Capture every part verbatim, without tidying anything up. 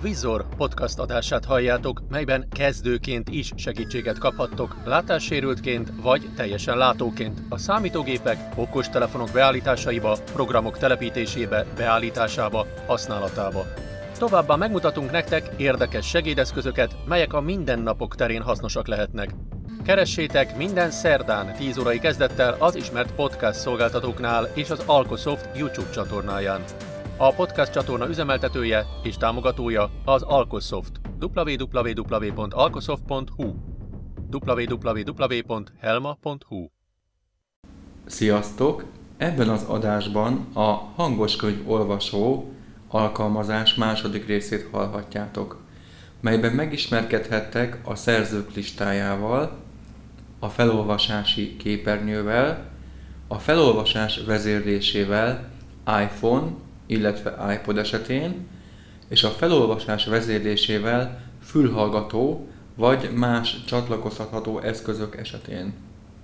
Vizor podcast adását halljátok, melyben kezdőként is segítséget kaphattok, látássérültként vagy teljesen látóként a számítógépek, okostelefonok beállításaiba, programok telepítésébe, beállításába, használatába. Továbbá megmutatunk nektek érdekes segédeszközöket, melyek a mindennapok terén hasznosak lehetnek. Keressétek minden szerdán tíz órai kezdettel az ismert podcast szolgáltatóknál és az Alkosoft YouTube csatornáján. A podcast csatorna üzemeltetője és támogatója az Alkosoft. double-u double-u double-u pont alkosoft pont hu double-u double-u double-u pont helma pont hu. Sziasztok! Ebben az adásban a hangoskönyv olvasó alkalmazás második részét hallhatjátok, melyben megismerkedhettek a szerzők listájával, a felolvasási képernyővel, a felolvasás vezérlésével iPhone, illetve iPod esetén, és a felolvasás vezérlésével fülhallgató vagy más csatlakozható eszközök esetén.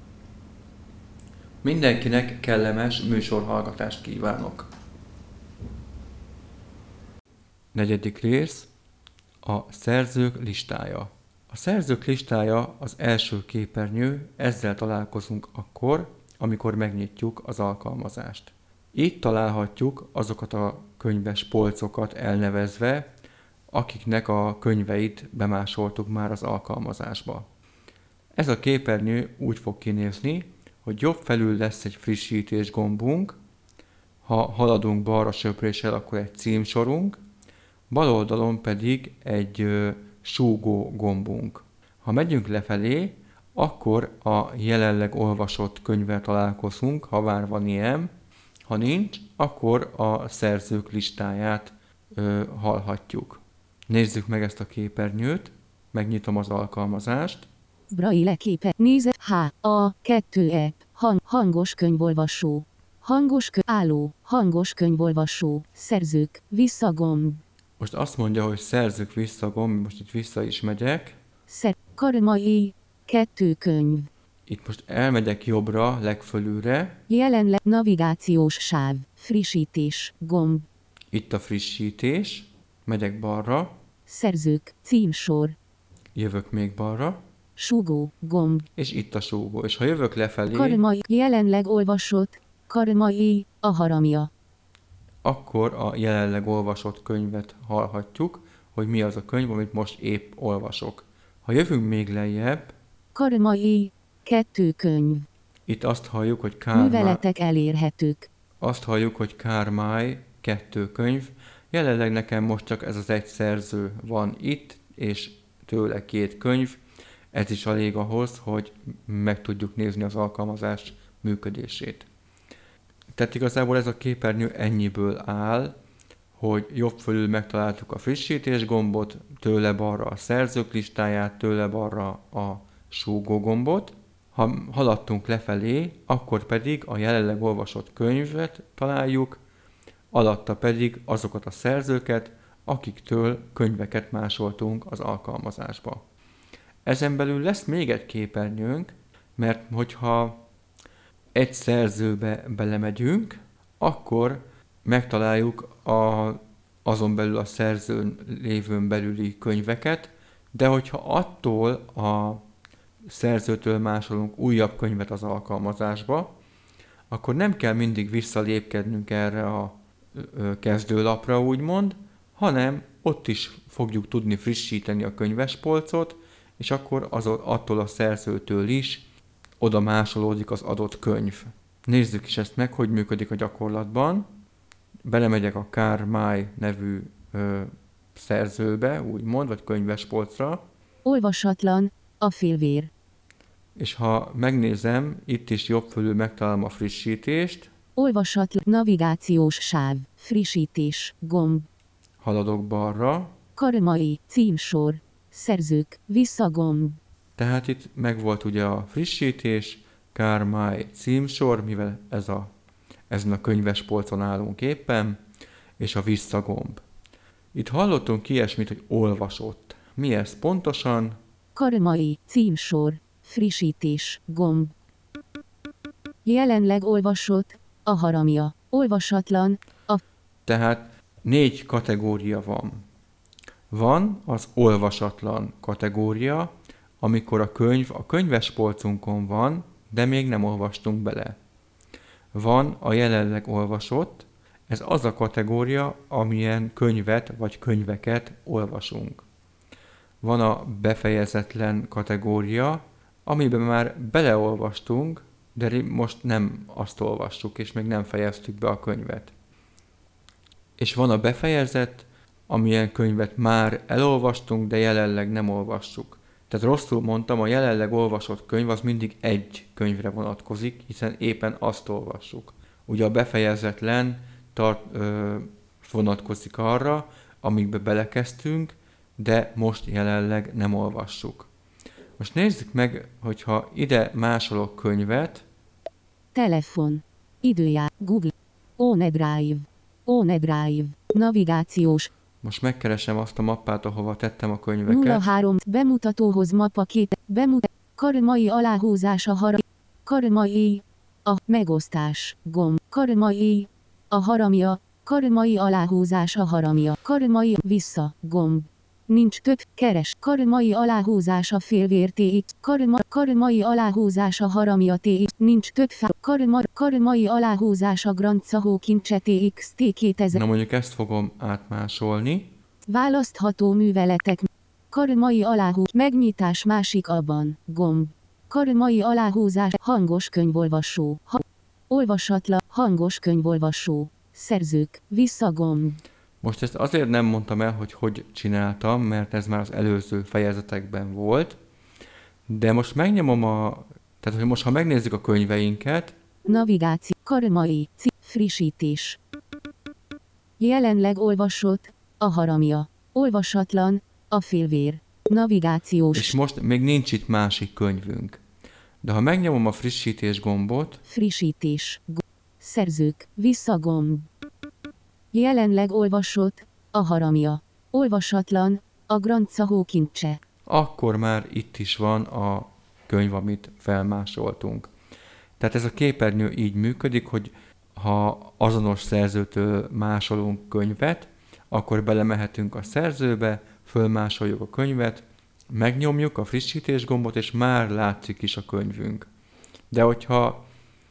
Mindenkinek kellemes műsorhallgatást kívánok! Negyedik rész. A szerzők listája. A szerzők listája az első képernyő, ezzel találkozunk akkor, amikor megnyitjuk az alkalmazást. Itt találhatjuk azokat a könyves polcokat elnevezve, akiknek a könyveit bemásoltuk már az alkalmazásba. Ez a képernyő úgy fog kinézni, hogy jobb felül lesz egy frissítés gombunk, ha haladunk balra söpréssel, akkor egy címsorunk, bal oldalon pedig egy ö, súgó gombunk. Ha megyünk lefelé, akkor a jelenleg olvasott könyvvel találkozunk, ha bár van ilyen. Ha nincs, akkor a szerzők listáját ö, hallhatjuk. Nézzük meg ezt a képernyőt, megnyitom az alkalmazást. Braille képe, nézet, H, A, kettő E, hang, hangos könyvolvasó, hangos kö, álló, hangos könyvolvasó, szerzők, visszagomb. Most azt mondja, hogy szerzők visszagomb, most itt vissza is megyek. Szer, karmai, kettő könyv. Itt most elmegyek jobbra, legfölülre. Jelenleg navigációs sáv, frissítés, gomb. Itt a frissítés. Megyek balra. Szerzők, címsor. Jövök még balra. Súgó, gomb. És itt a súgó. És ha jövök lefelé, Karmai, jelenleg olvasott, karmai, a haramja. akkor a jelenleg olvasott könyvet hallhatjuk, hogy mi az a könyv, amit most épp olvasok. Ha jövünk még lejjebb, Karmai, kettő könyv. itt azt halljuk, hogy Kármály, Műveletek elérhetők. azt halljuk, hogy Kármály, kettő könyv. Jelenleg nekem most csak ez az egy szerző van itt, és tőle két könyv. Ez is elég ahhoz, hogy meg tudjuk nézni az alkalmazás működését. Tehát igazából ez a képernyő ennyiből áll, hogy jobb fölül megtaláltuk a frissítés gombot, tőle balra a szerzők listáját, tőle balra a súgó gombot. Ha haladtunk lefelé, akkor pedig a jelenleg olvasott könyvet találjuk, alatta pedig azokat a szerzőket, akiktől könyveket másoltunk az alkalmazásba. Ezen belül lesz még egy képernyőnk, mert hogyha egy szerzőbe belemegyünk, akkor megtaláljuk a, azon belül a szerzőn lévőn belüli könyveket, de hogyha attól a szerzőtől másolunk újabb könyvet az alkalmazásba, akkor nem kell mindig visszalépkednünk erre a kezdőlapra, úgymond, hanem ott is fogjuk tudni frissíteni a könyvespolcot, és akkor az, attól a szerzőtől is oda másolódik az adott könyv. Nézzük is ezt meg, hogy működik a gyakorlatban. Belemegyek a Kármály nevű ö, szerzőbe, úgymond, vagy könyvespolcra. Olvasatlan, a félvér. És ha megnézem, itt is jobb fölül megtalálom a frissítést. Olvasatlan, navigációs sáv, frissítés, gomb. Haladok balra. Karmai, címsor, szerzők, visszagomb. Tehát itt megvolt ugye a frissítés, Kármály címsor, mivel ez a, ezen a könyvespolcon állunk éppen, és a visszagomb. Itt hallottunk ilyesmit, hogy olvasott. Mi ez pontosan? Karmai, címsor, frissítés, gomb. Jelenleg olvasott, a haramja. Olvasatlan, a... Tehát négy kategória van. Van az olvasatlan kategória, amikor a könyv a könyvespolcunkon van, de még nem olvastunk bele. Van a jelenleg olvasott, ez az a kategória, amilyen könyvet vagy könyveket olvasunk. Van a befejezetlen kategória, amiben már beleolvastunk, de most nem azt olvassuk, és még nem fejeztük be a könyvet. És van a befejezett, amilyen könyvet már elolvastunk, de jelenleg nem olvassuk. Tehát rosszul mondtam, a jelenleg olvasott könyv az mindig egy könyvre vonatkozik, hiszen éppen azt olvassuk. Ugye a befejezetlen tart, ö, vonatkozik arra, amikbe belekezdtünk, de most jelenleg nem olvassuk. Most nézzük meg, hogyha ide másolok könyvet. Telefon. Időjár. Google. OneDrive. OneDrive. Navigációs. Most megkeresem azt a mappát, ahova tettem a könyveket. nulla három. Bemutatóhoz mappa két. Bemut. Karmai aláhúzása hara. Karmai. A megosztás. Gomb. Karmai. A haramja. Karmai aláhúzása haramja. Karmai vissza. Gomb. Nincs több, keres, karmai aláhúzása félvér té iksz, karma, karmai aláhúzása haramja té iksz, nincs több fá, karma, karmai aláhúzása grandcahó kincse té iksz té kétezer. Na mondjuk ezt fogom átmásolni. Választható műveletek, karmai aláhú, megnyitás másik abban, gomb, karmai aláhúzás, hangos könyvolvasó, ha, olvasatlan, hangos könyvolvasó, szerzők, visszagomb. Most ezt azért nem mondtam el, hogy hogy csináltam, mert ez már az előző fejezetekben volt, de most megnyomom a... Tehát, hogy most ha megnézzük a könyveinket... Navigáció, karmai, c, frissítés. Jelenleg olvasott, a haramja. Olvasatlan, a félvér. Navigációs. És most még nincs itt másik könyvünk. De ha megnyomom a frissítés gombot... Frissítés. Go- szerzők, visszagomb. Jelenleg olvasott, a haramja. Olvasatlan, a grandcahó kincse. Akkor már itt is van a könyv, amit felmásoltunk. Tehát ez a képernyő így működik, hogy ha azonos szerzőtől másolunk könyvet, akkor belemehetünk a szerzőbe, fölmásoljuk a könyvet, megnyomjuk a frissítés gombot, és már látszik is a könyvünk. De hogyha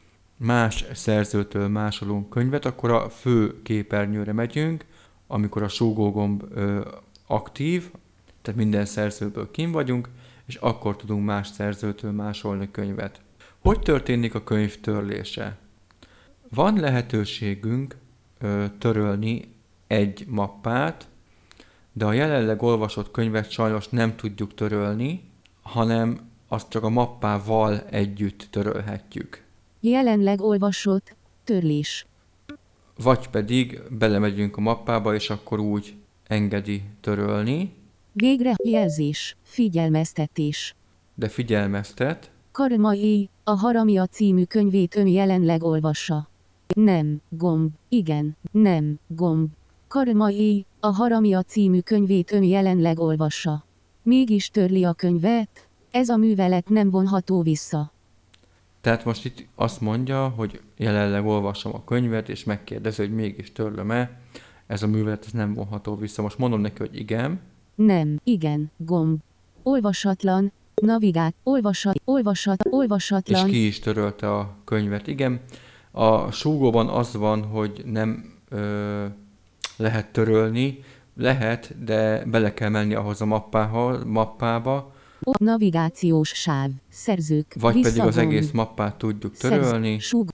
más szerzőtől másolunk könyvet, akkor a fő képernyőre megyünk, amikor a súgógomb ö, aktív, tehát minden szerzőből kint vagyunk, és akkor tudunk más szerzőtől másolni könyvet. Hogy történik a könyv törlése? Van lehetőségünk ö, törölni egy mappát, de a jelenleg olvasott könyvet sajnos nem tudjuk törölni, hanem azt csak a mappával együtt törölhetjük. Jelenleg olvasott, törlés. Vagy pedig belemegyünk a mappába, és akkor úgy engedi törölni. Végre, jelzés, figyelmeztetés. De figyelmeztet. Karmai, a haramja című könyvét ön jelenleg olvassa. Nem, gomb, igen, nem, gomb. Karmai, a haramja című könyvét ön jelenleg olvassa. Mégis törli a könyvet, ez a művelet nem vonható vissza. Tehát most itt azt mondja, hogy jelenleg olvasom a könyvet, és megkérdezi, hogy mégis törlöm-e. Ez a művelet ez nem vonható vissza. Most mondom neki, hogy igen. Nem, igen, gomb. Olvasatlan, navigát, olvasat, olvasat, olvasatlan. És ki is törölte a könyvet. Igen, a súgóban az van, hogy nem ö, lehet törölni. Lehet, de bele kell menni ahhoz a mappához, mappába. Navigációs sáv, szerzők, Vagy pedig az visszagomb. egész mappát tudjuk törölni. Szerz, súg.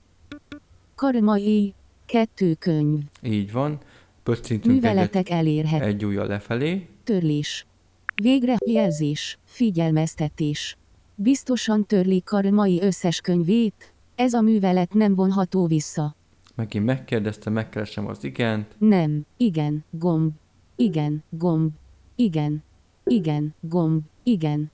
Karmai, kettő könyv. Így van. Pöccintünk Műveletek egyet, elérhet. egy ujjal lefelé. Törlés. Végre, jelzés, figyelmeztetés. Biztosan törli Karmai összes könyvét, ez a művelet nem vonható vissza. Megint megkérdezte, megkeresem az igent. Nem, igen, gomb. Igen, gomb. Igen. Igen, gomb. Igen.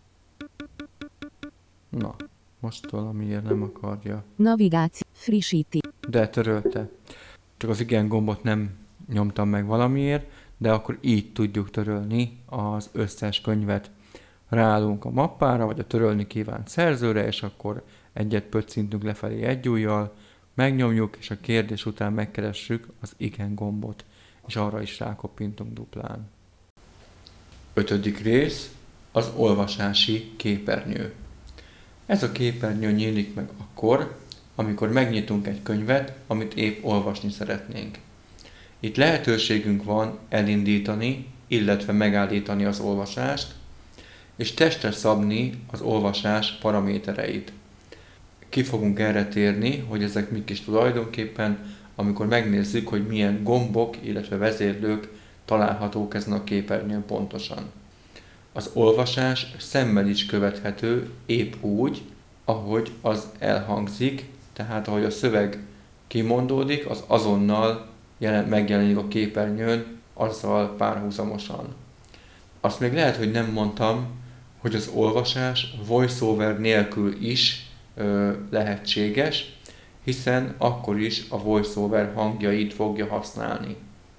Na, most valamiért nem akarja. Navigáció, frissíti. De törölte. Csak az igen gombot nem nyomtam meg valamiért, de akkor így tudjuk törölni az összes könyvet. Ráállunk a mappára, vagy a törölni kívánt szerzőre, és akkor egyet pöccintünk lefelé egy ujjal, megnyomjuk, és a kérdés után megkeressük az igen gombot, és arra is rákoppintunk duplán. Ötödik rész, az olvasási képernyő. Ez a képernyő nyílik meg akkor, amikor megnyitunk egy könyvet, amit épp olvasni szeretnénk. Itt lehetőségünk van elindítani, illetve megállítani az olvasást, és testre szabni az olvasás paramétereit. Ki fogunk erre térni, hogy ezek mik is tulajdonképpen, amikor megnézzük, hogy milyen gombok, illetve vezérlők találhatók ezen a képernyőn pontosan. Az olvasás szemmel is követhető épp úgy, ahogy az elhangzik, tehát ahogy a szöveg kimondódik, az azonnal jelen, megjelenik a képernyőn, azzal párhuzamosan. Azt még lehet, hogy nem mondtam, hogy az olvasás voiceover nélkül is ö, lehetséges, hiszen akkor is a voiceover hangjait fogja használni.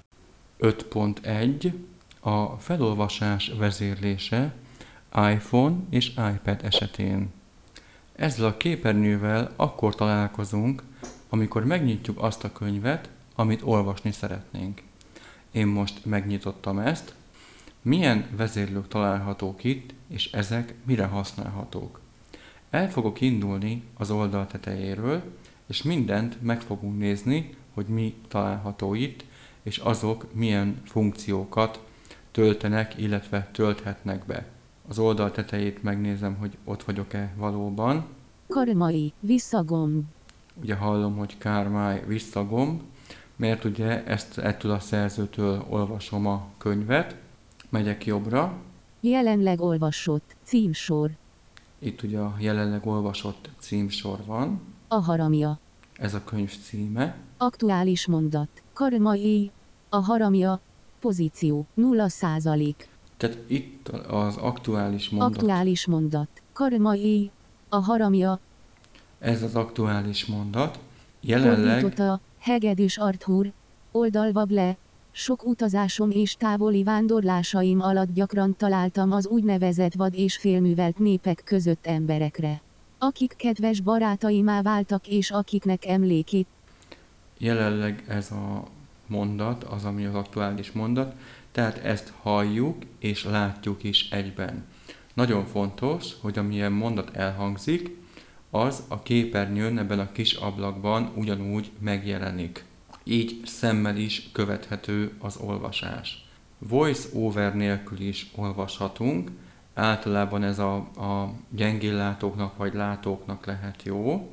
öt pont egy. A felolvasás vezérlése iPhone és iPad esetén. Ezzel a képernyővel akkor találkozunk, amikor megnyitjuk azt a könyvet, amit olvasni szeretnénk. Én most megnyitottam ezt. Milyen vezérlők találhatók itt, és ezek mire használhatók? El fogok indulni az oldal tetejéről, és mindent meg fogunk nézni, hogy mi található itt, és azok milyen funkciókat töltenek, illetve tölthetnek be. Az oldal tetejét megnézem, hogy ott vagyok-e valóban. Karmai, visszagomb. Ugye hallom, hogy Kármály visszagomb, mert ugye ezt ettől a szerzőtől olvasom a könyvet. Megyek jobbra. Jelenleg olvasott, címsor. Itt ugye a jelenleg olvasott címsor van. A haramja. Ez a könyv címe. Aktuális mondat. Karmai. A haramja. Pozíció. nulla százalék. Tehát itt az aktuális mondat. Aktuális mondat. Karmai. A haramja. Ez az aktuális mondat. Jelenleg... Fordította, Hegedűs Arthur. Oldalvab le. Sok utazásom és távoli vándorlásaim alatt gyakran találtam az úgynevezett vad és félművelt népek között emberekre, akik kedves barátaimá váltak és akiknek emlékét. Jelenleg ez a mondat, az, ami az aktuális mondat, tehát ezt halljuk és látjuk is egyben. Nagyon fontos, hogy amilyen mondat elhangzik, az a képernyőn ebben a kis ablakban ugyanúgy megjelenik. Így szemmel is követhető az olvasás. Voice over nélkül is olvashatunk, általában ez a, a gyengéllátóknak vagy látóknak lehet jó,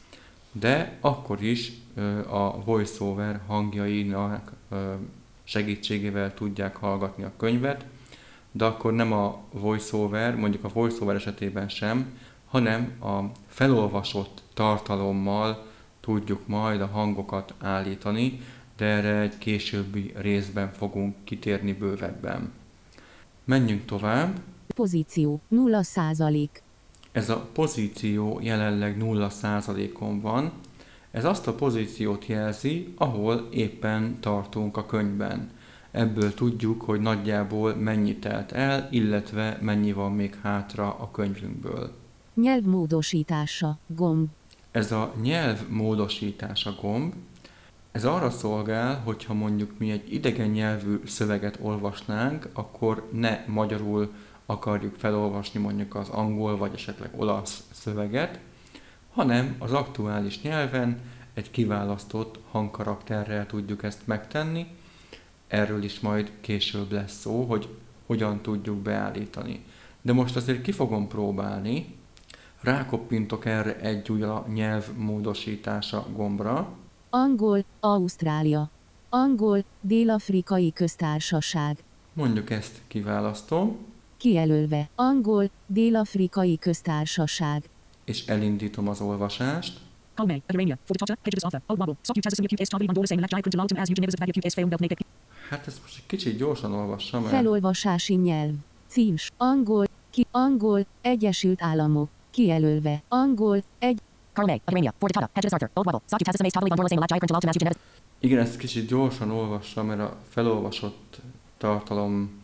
de akkor is a voiceover hangjainak segítségével tudják hallgatni a könyvet, de akkor nem a voiceover, mondjuk a voiceover esetében sem, hanem a felolvasott tartalommal tudjuk majd a hangokat állítani, de erre egy későbbi részben fogunk kitérni bővebben. Menjünk tovább. Pozíció nulla százalék. Ez a pozíció jelenleg nulla százalékon van. Ez azt a pozíciót jelzi, ahol éppen tartunk a könyvben. Ebből tudjuk, hogy nagyjából mennyi telt el, illetve mennyi van még hátra a könyvünkből. Nyelv módosítása, gomb. Ez a nyelv módosítása gomb, ez arra szolgál, hogyha mondjuk mi egy idegen nyelvű szöveget olvasnánk, akkor ne magyarul akarjuk felolvasni mondjuk az angol vagy esetleg olasz szöveget, hanem az aktuális nyelven egy kiválasztott hangkarakterrel tudjuk ezt megtenni. Erről is majd később lesz szó, hogy hogyan tudjuk beállítani. De most azért ki fogom próbálni, rákoppintok erre egy újra nyelv módosítása gombra. Angol, Ausztrália. Angol, Dél-Afrikai Köztársaság. Mondjuk ezt kiválasztom. Kijelölve. Angol, Dél-Afrikai Köztársaság. És elindítom az olvasást. Kalmai, Armenia, for the page of this author, old model, sock you tazza sim case tabli mandora saying like print along as you never value case failed naked. Hát ezt most egy kicsit gyorsan olvassam el. Felolvasási nyelv. Címs. Angol, ki, angol, Egyesült Államok. Kijelölve. Angol, egy. Kalmai, Armenia, for the page of this author, old model, sock you tazza sim case tabli mandora saying like print along as you never. Igen, ezt kicsit gyorsan olvassam, mert a felolvasott tartalom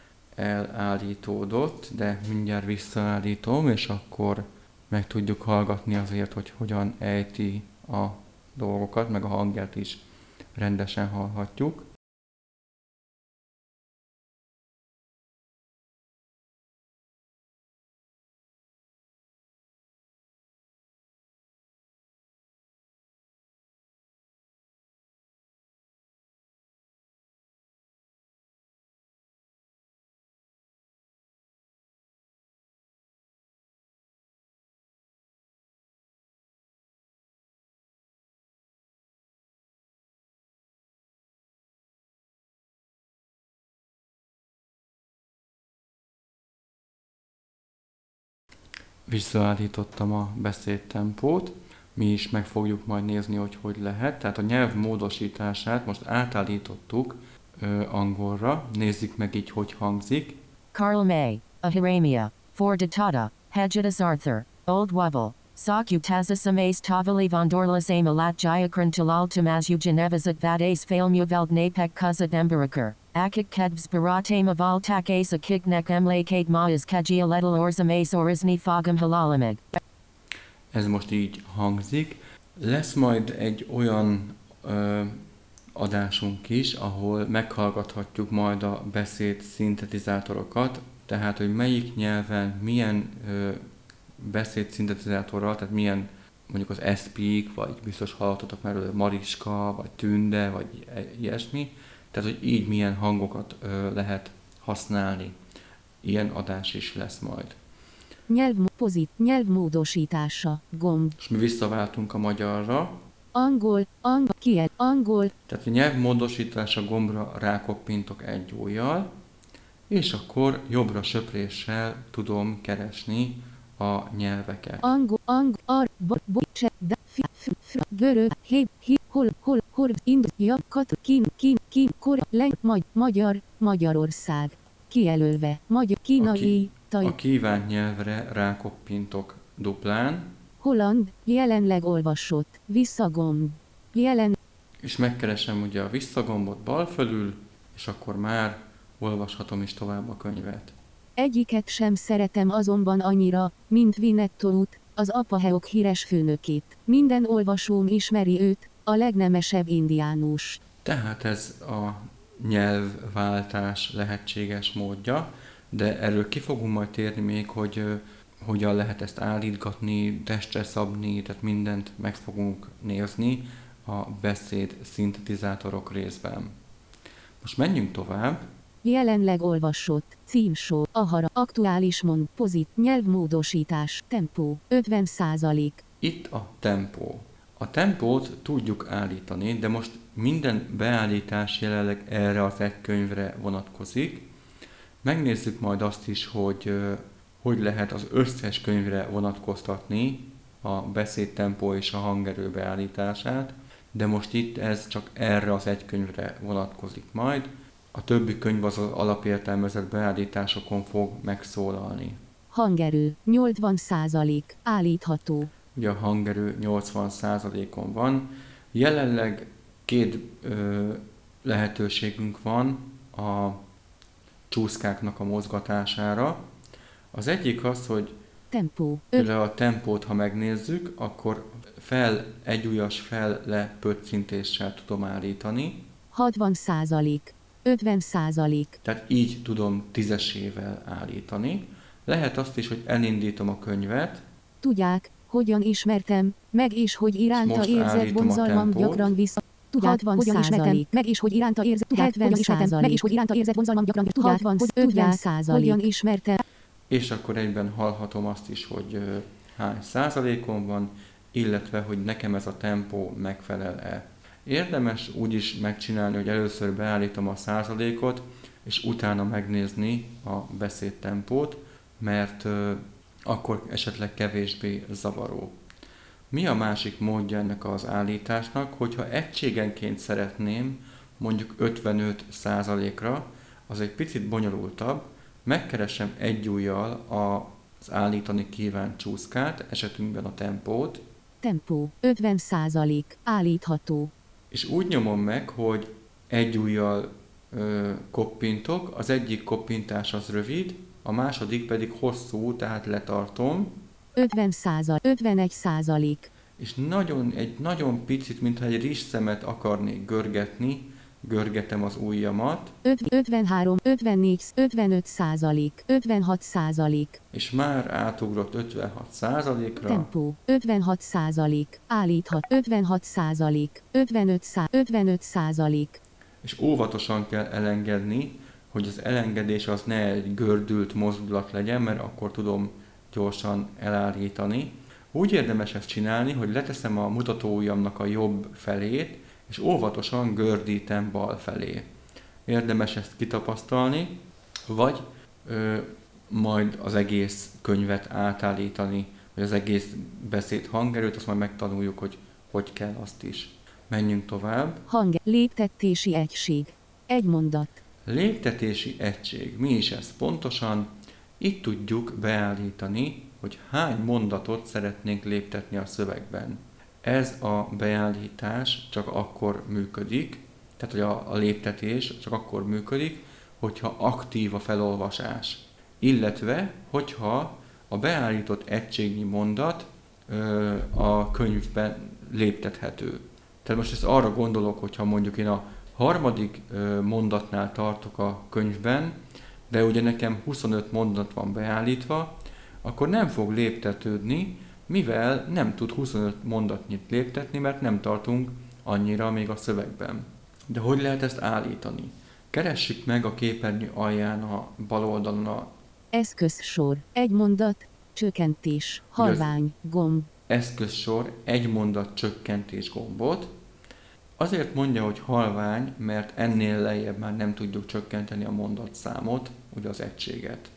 elállítódott, de mindjárt visszaállítom, és akkor meg tudjuk hallgatni azért, hogy hogyan ejti a dolgokat, meg a hangját is rendesen hallhatjuk. Visszaállítottam a beszédtempót, mi is meg fogjuk majd nézni, hogy hogy lehet. Tehát a nyelv módosítását most átállítottuk ö, angolra, nézzük meg így, hogy hangzik. Karl May, a Hiramia, for Datata, Hagedis Arthur, Old Wubble, Szakutazis Amaze Tavali Vondorlas Amalat Jayakran Talal Tamaz Ugenevezat Vades Failmuveld Napek Kuzat Emberaker, Akik Kedvs Baratama Valtak Asa Kignek Emlakade Maaz Kajia Ledal Orzamaz Orizni Fogam Halalameg. Ez most így hangzik. Lesz majd egy olyan ö, adásunk is, ahol meghallgathatjuk majd a beszéd szintetizátorokat, tehát hogy melyik nyelven milyen ö, beszéd szintetizátorral, tehát milyen mondjuk az Speak, vagy biztos hallottatok már Mariska, vagy Tünde, vagy ilyesmi, tehát hogy így milyen hangokat ö, lehet használni. Ilyen adás is lesz majd. Nyelv, pozit, nyelvmódosítása, gomb. És mi visszaváltunk a magyarra. Angol, angol, kiel, angol. Tehát a nyelvmódosítása gombra rákoppintok egy ujjal, és akkor jobbra söpréssel tudom keresni a nyelveket. Angol, angol, ar, bo, bo, cse, da, fi, fi, fi, görö, hé, hi, hol, hol, hor, ind, ja, kat, kin, kin, kin, kor, len, magy, magyar, Magyarország. Kijelölve, magyar, kínai, taj, A kívánt nyelvre rákoppintok duplán, holland, jelenleg olvasott, visszagomb, jelen, és megkeresem ugye a visszagombot bal fölül, és akkor már olvashatom is tovább a könyvet. egyiket sem szeretem azonban annyira, mint Winnetou-t, az Apaheok híres főnökét. Minden olvasóm ismeri őt, a legnemesebb indiánus. Tehát ez a nyelvváltás lehetséges módja, de erről ki fogunk majd térni még, hogy uh, hogyan lehet ezt állítgatni, testre szabni, tehát mindent meg fogunk nézni a beszéd szintetizátorok részben. Most menjünk tovább. Jelenleg olvasott, címsor, ahara, aktuális mond, pozit, nyelvmódosítás, tempó, ötven százalék. Itt a tempó. A tempót tudjuk állítani, de most minden beállítás jelenleg erre az egy könyvre vonatkozik. Megnézzük majd azt is, hogy hogy lehet az összes könyvre vonatkoztatni a beszédtempó és a hangerő beállítását, de most itt ez csak erre az egy könyvre vonatkozik majd. A többi könyv az az alapértelmezett beállításokon fog megszólalni. Hangerő, nyolcvan százalék, állítható. Ugye a hangerő nyolcvan százalékon van. Jelenleg két ö, lehetőségünk van a csúszkáknak a mozgatására. Az egyik az, hogy Tempó, például a tempót, ha megnézzük, akkor fel, egyujjas fel le pöccintéssel tudom állítani. hatvan százalék, ötven százalék. Tehát így tudom tízesével állítani. Lehet azt is, hogy elindítom a könyvet. Tudják, hogyan ismertem, meg és hogy iránta Most érzett állítom a vonzalmam tempót. gyakran vissza. Tudják, hatvan hogyan ismertem, százalék. meg és hogy iránta érzett, Tudják, hetven hogyan ismertem, százalék. meg és hogy iránta érzett vonzalmam gyakran Tudják, hatvan, hogy ötven tudják, százalék. hogyan ismertem. És akkor egyben hallhatom azt is, hogy ö, hány százalékon van, illetve hogy nekem ez a tempó megfelel-e. Érdemes úgy is megcsinálni, hogy először beállítom a százalékot, és utána megnézni a beszédtempót, mert ö, akkor esetleg kevésbé zavaró. Mi a másik módja ennek az állításnak, hogyha egységenként szeretném, mondjuk ötvenöt százalékra, az egy picit bonyolultabb, megkeresem egy ujjal az állítani kívánt csúszkát, esetünkben a tempót, Tempó, ötven százalék, állítható. és úgy nyomom meg, hogy egy ujjal ö, koppintok, az egyik koppintás az rövid, a második pedig hosszú, tehát letartom, ötven százalék, ötvenegy százalék. és nagyon, egy nagyon picit, mintha egy rizsszemet akarnék görgetni, görgetem az ujjamat, ötvenhárom, ötvennégy, ötvenöt százalék, ötvenhat százalék. és már átugrott ötvenhat százalékra, Tempó, ötvenhat százalék, állíthat, ötvenhat százalék, ötvenöt szá- ötvenöt százalék. és óvatosan kell elengedni, hogy az elengedés az ne egy gördült mozdulat legyen, mert akkor tudom gyorsan elállítani. Úgy érdemes ezt csinálni, hogy leteszem a mutatóujjamnak a jobb felét, és óvatosan gördítem bal felé. Érdemes ezt kitapasztalni, vagy ö, majd az egész könyvet átállítani, vagy az egész beszéd hangerőt, azt majd megtanuljuk, hogy hogy kell azt is. Menjünk tovább. Hang. Léptetési egység. Egy mondat. Léptetési egység. Mi is ez pontosan? Itt tudjuk beállítani, hogy hány mondatot szeretnénk léptetni a szövegben. Ez a beállítás csak akkor működik, tehát hogy a, a léptetés csak akkor működik, hogyha aktív a felolvasás. Illetve, hogyha a beállított egységnyi mondat ö, a könyvben léptethető. Tehát most ezt arra gondolok, hogyha mondjuk én a harmadik ö, mondatnál tartok a könyvben, de ugye nekem huszonöt mondat van beállítva, akkor nem fog léptetődni, mivel nem tud huszonöt mondatnyit léptetni, mert nem tartunk annyira még a szövegben. De hogy lehet ezt állítani? Keressük meg a képernyő alján a bal oldalon a Eszközsor. Egy mondat. Csökkentés. Halvány. Gomb. eszközsor egy mondat csökkentés gombot. Azért mondja, hogy halvány, mert ennél lejjebb már nem tudjuk csökkenteni a mondatszámot, ugye az egységet.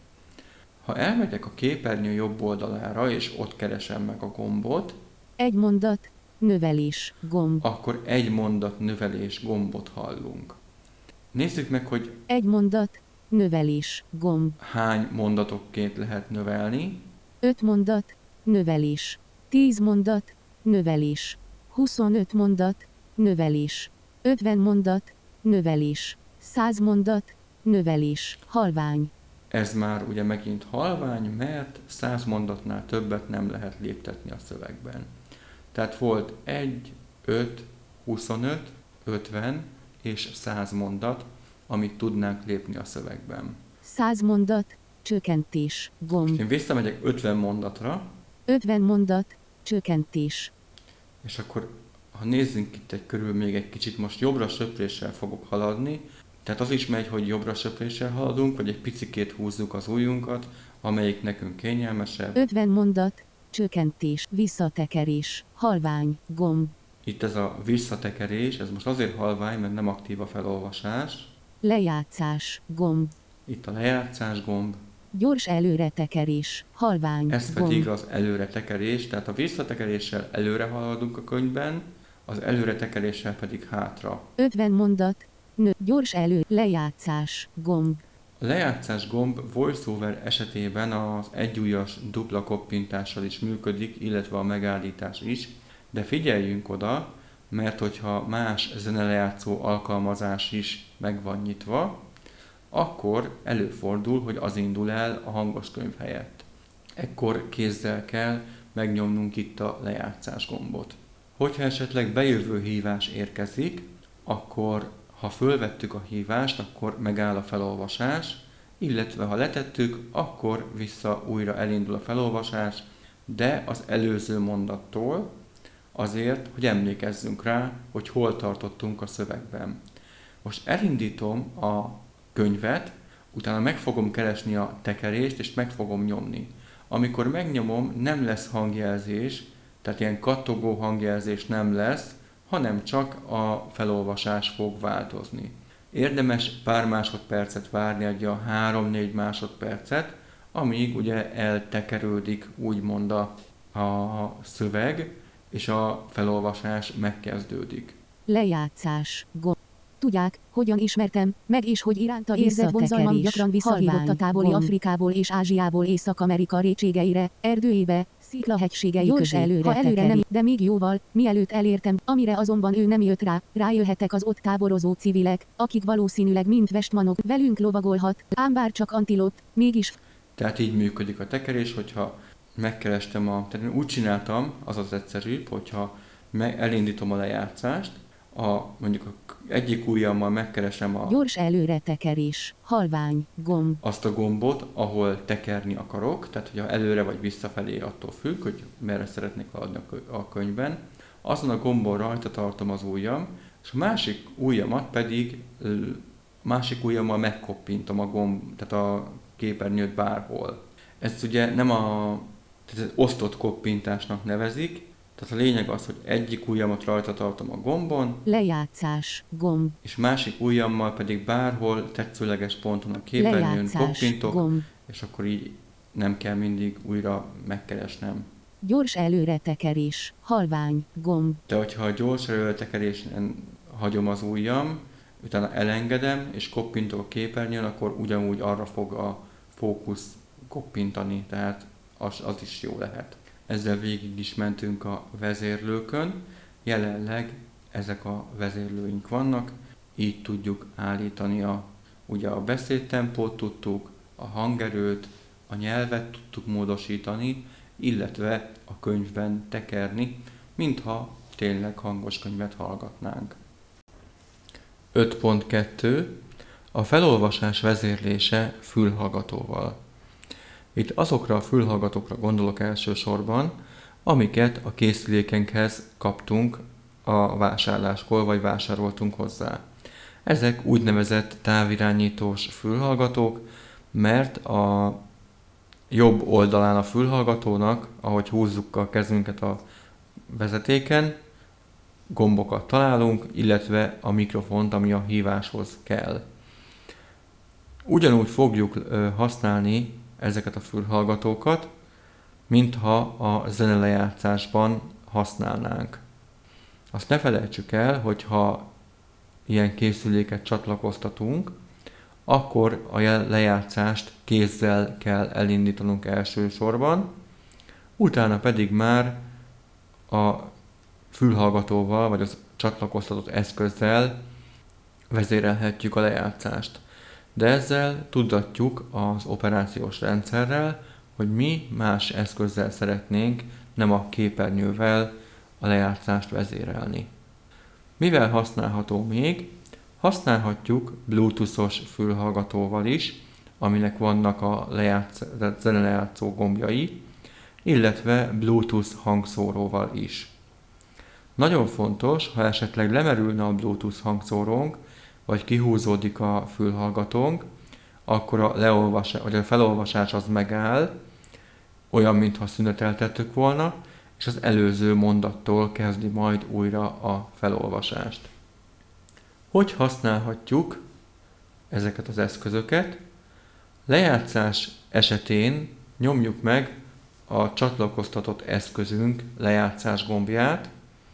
Ha elmegyek a képernyő jobb oldalára, és ott keresem meg a gombot, Egy mondat. Növelés. Gomb. akkor egy mondat növelés gombot hallunk. Nézzük meg, hogy Egy mondat. Növelés. Gomb. hány mondatokként lehet növelni. Öt mondat. Növelés. Tíz mondat. Növelés. Huszonöt mondat. Növelés. Ötven mondat. Növelés. Száz mondat. Növelés. Halvány. Ez már ugye megint halvány, mert száz mondatnál többet nem lehet léptetni a szövegben. Tehát volt egy, öt, huszonöt, ötven és száz mondat, amit tudnánk lépni a szövegben. Száz mondat. Csökkentés. Gomb. Én visszamegyek ötven mondatra, Ötven mondat. Csökkentés. és akkor ha nézzünk itt egy körül még egy kicsit, most jobbra söpréssel fogok haladni, tehát az is megy, hogy jobbra söpréssel haladunk, vagy egy picikét húzzuk az ujjunkat, amelyik nekünk kényelmesebb. Ötven mondat. Csökkentés. Visszatekerés. Halvány. Gomb. Itt ez a visszatekerés, ez most azért halvány, mert nem aktív a felolvasás. Lejátszás. Gomb. Itt a lejátszás gomb, Gyors előretekerés. Halvány. ez Gomb. pedig az előretekerés, tehát a visszatekeréssel előre haladunk a könyvben, az előretekeréssel pedig hátra. Ötven mondat. Nő. Gyors elő. Lejátszás. Gomb. A lejátszás gomb voiceover esetében az egyujjas dupla koppintással is működik, illetve a megállítás is, de figyeljünk oda, mert hogyha más zenelejátszó alkalmazás is meg van nyitva, akkor előfordul, hogy az indul el a hangos könyv helyett. Ekkor kézzel kell megnyomnunk itt a lejátszás gombot. Hogyha esetleg bejövő hívás érkezik, akkor ha fölvettük a hívást, akkor megáll a felolvasás, illetve ha letettük, akkor vissza újra elindul a felolvasás, de az előző mondattól, azért, hogy emlékezzünk rá, hogy hol tartottunk a szövegben. Most elindítom a könyvet, utána meg fogom keresni a tekerést, és meg fogom nyomni. Amikor megnyomom, nem lesz hangjelzés, tehát ilyen kattogó hangjelzés nem lesz, hanem csak a felolvasás fog változni. Érdemes pár másodpercet várni, egy a három-négy másodpercet, amíg ugye eltekerődik úgymond a, a szöveg, és a felolvasás megkezdődik. Lejátszás. Gomb. Tudják, hogyan ismertem, meg is hogy iránta érzett vonzalmam gyakran visszahívott a távoli Gomb. Afrikából és Ázsiából Észak-Amerika rétségeire, erdőjébe, sziklahegységei Gyors közé. előre Ha előre tekeri. nem, de még jóval, mielőtt elértem, amire azonban ő nem jött rá, rájöhetek az ott táborozó civilek, akik valószínűleg mind vestmanok, velünk lovagolhat, ám bár csak antilott, mégis Tehát így működik a tekerés, hogyha megkerestem a... Tehát én úgy csináltam, az az egyszerűbb, hogyha me- elindítom a lejátszást, a, mondjuk a egyik ujjammal megkeresem a, gyors előretekerés. Halvány. Gomb. azt a gombot, ahol tekerni akarok, tehát hogy előre vagy visszafelé attól függ, hogy merre szeretnék haladni a kö- a könyvben. Azon a gombon rajta tartom az ujjam, és a másik ujjamat pedig ö, másik ujjammal megkoppintom a gomb, tehát a képernyőt bárhol. Ez ugye nem a tehát ez osztott koppintásnak nevezik, tehát a lényeg az, hogy egyik ujjamat rajta tartom a gombon, Lejátszás. Gomb. és másik ujjammal pedig bárhol tetszőleges ponton a képernyőn Lejátszás. koppintok, Gomb. és akkor így nem kell mindig újra megkeresnem. Gyors előretekerés, halvány, gomb. De hogyha a gyors előretekerésen hagyom az ujjam, utána elengedem, és koppintok a képernyőn, akkor ugyanúgy arra fog a fókusz koppintani, tehát az, az is jó lehet. Ezzel végig is mentünk a vezérlőkön, jelenleg ezek a vezérlőink vannak, így tudjuk állítani a, ugye a beszédtempót tudtuk, a hangerőt, a nyelvet tudtuk módosítani, illetve a könyvben tekerni, mintha tényleg hangos könyvet hallgatnánk. öt pont kettő. A felolvasás vezérlése fülhallgatóval. Itt azokra a fülhallgatókra gondolok elsősorban, amiket a készülékenkhez kaptunk a vásárláskor, vagy vásároltunk hozzá. Ezek úgynevezett távirányítós fülhallgatók, mert a jobb oldalán a fülhallgatónak, ahogy húzzuk a kezünket a vezetéken, gombokat találunk, illetve a mikrofont, ami a híváshoz kell. Ugyanúgy fogjuk használni ezeket a fülhallgatókat, mintha a zenelejátszásban használnánk. Azt ne felejtsük el, hogy ha ilyen készüléket csatlakoztatunk, akkor a lejátszást kézzel kell elindítanunk elsősorban, utána pedig már a fülhallgatóval, vagy az csatlakoztatott eszközzel vezérelhetjük a lejátszást. De ezzel tudatjuk az operációs rendszerrel, hogy mi más eszközzel szeretnénk, nem a képernyővel a lejátszást vezérelni. Mivel használható még? Használhatjuk Bluetooth-os fülhallgatóval is, aminek vannak a lejátsz, zenelejátszó gombjai, illetve Bluetooth hangszóróval is. Nagyon fontos, ha esetleg lemerülne a Bluetooth hangszórónk, vagy kihúzódik a fülhallgatónk, akkor a, leolvasás, vagy a felolvasás az megáll, olyan, mintha szüneteltettük volna, és az előző mondattól kezdi majd újra a felolvasást. Hogy használhatjuk ezeket az eszközöket? Lejátszás esetén nyomjuk meg a csatlakoztatott eszközünk lejátszás gombját,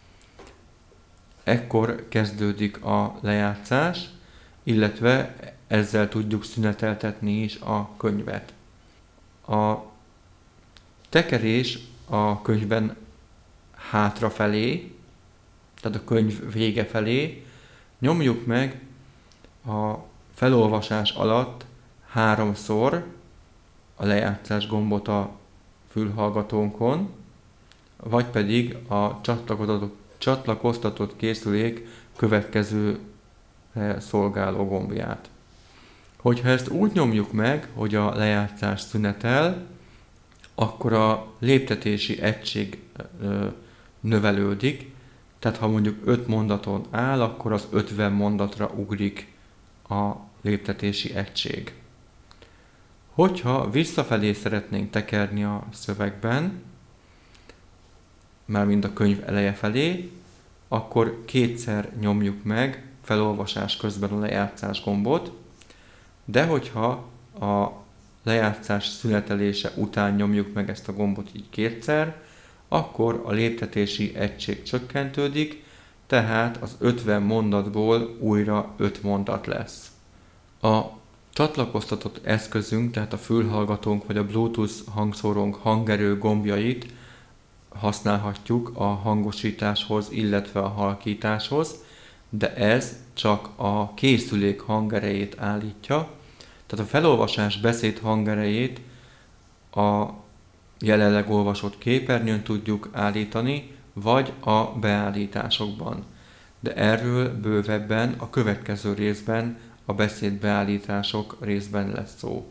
ekkor kezdődik a lejátszás, illetve ezzel tudjuk szüneteltetni is a könyvet. A tekerés a könyvben hátrafelé, tehát a könyv vége felé, nyomjuk meg a felolvasás alatt háromszor a lejátszás gombot a fülhallgatónkon, vagy pedig a csatlakoztatott, csatlakoztatott készülék következő szolgáló gombját. Hogyha ezt úgy nyomjuk meg, hogy a lejátszás szünetel, akkor a léptetési egység ö, növelődik, tehát ha mondjuk öt mondaton áll, akkor az ötven mondatra ugrik a léptetési egység. Hogyha visszafelé szeretnénk tekerni a szövegben, mármint a könyv eleje felé, akkor kétszer nyomjuk meg felolvasás közben a lejátszás gombot, de hogyha a lejátszás szünetelése után nyomjuk meg ezt a gombot így kétszer, akkor a léptetési egység csökkentődik, tehát az ötven mondatból újra öt mondat lesz. A csatlakoztatott eszközünk, tehát a fülhallgatónk vagy a Bluetooth hangszórónk hangerő gombjait használhatjuk a hangosításhoz, illetve a halkításhoz, de ez csak a készülék hangerejét állítja, tehát a felolvasás beszéd hangerejét a jelenleg olvasott képernyőn tudjuk állítani, vagy a beállításokban. De erről bővebben a következő részben, a beszédbeállítások részben lesz szó.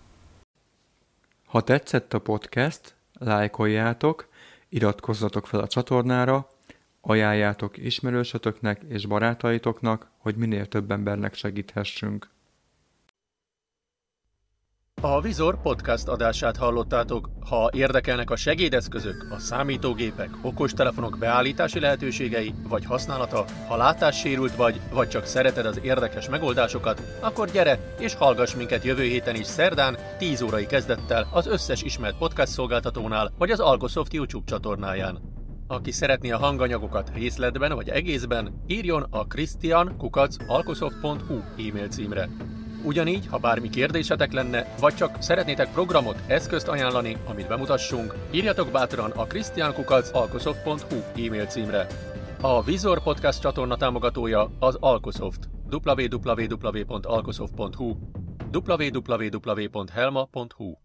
Ha tetszett a podcast, lájkoljátok, iratkozzatok fel a csatornára, ajánljátok ismerősötöknek és barátaitoknak, hogy minél több embernek segíthessünk. A Vizor podcast adását hallottátok. Ha érdekelnek a segédeszközök, a számítógépek, okostelefonok beállítási lehetőségei vagy használata, ha látássérült vagy, vagy csak szereted az érdekes megoldásokat, akkor gyere és hallgass minket jövő héten is szerdán tíz órai kezdettel az összes ismert podcast szolgáltatónál vagy az Algosoft YouTube csatornáján. Aki szeretné a hanganyagokat részletben vagy egészben, írjon a christian kukac alkosoft pont hu e-mail címre. Ugyanígy, ha bármi kérdésetek lenne, vagy csak szeretnétek programot, eszközt ajánlani, amit bemutassunk, írjatok bátran a christian kukac alkosoft pont hu e-mail címre. A Vizor Podcast csatorna támogatója az Alkosoft. double-u double-u double-u pont alkosoft pont hu double-u double-u double-u pont helma pont hu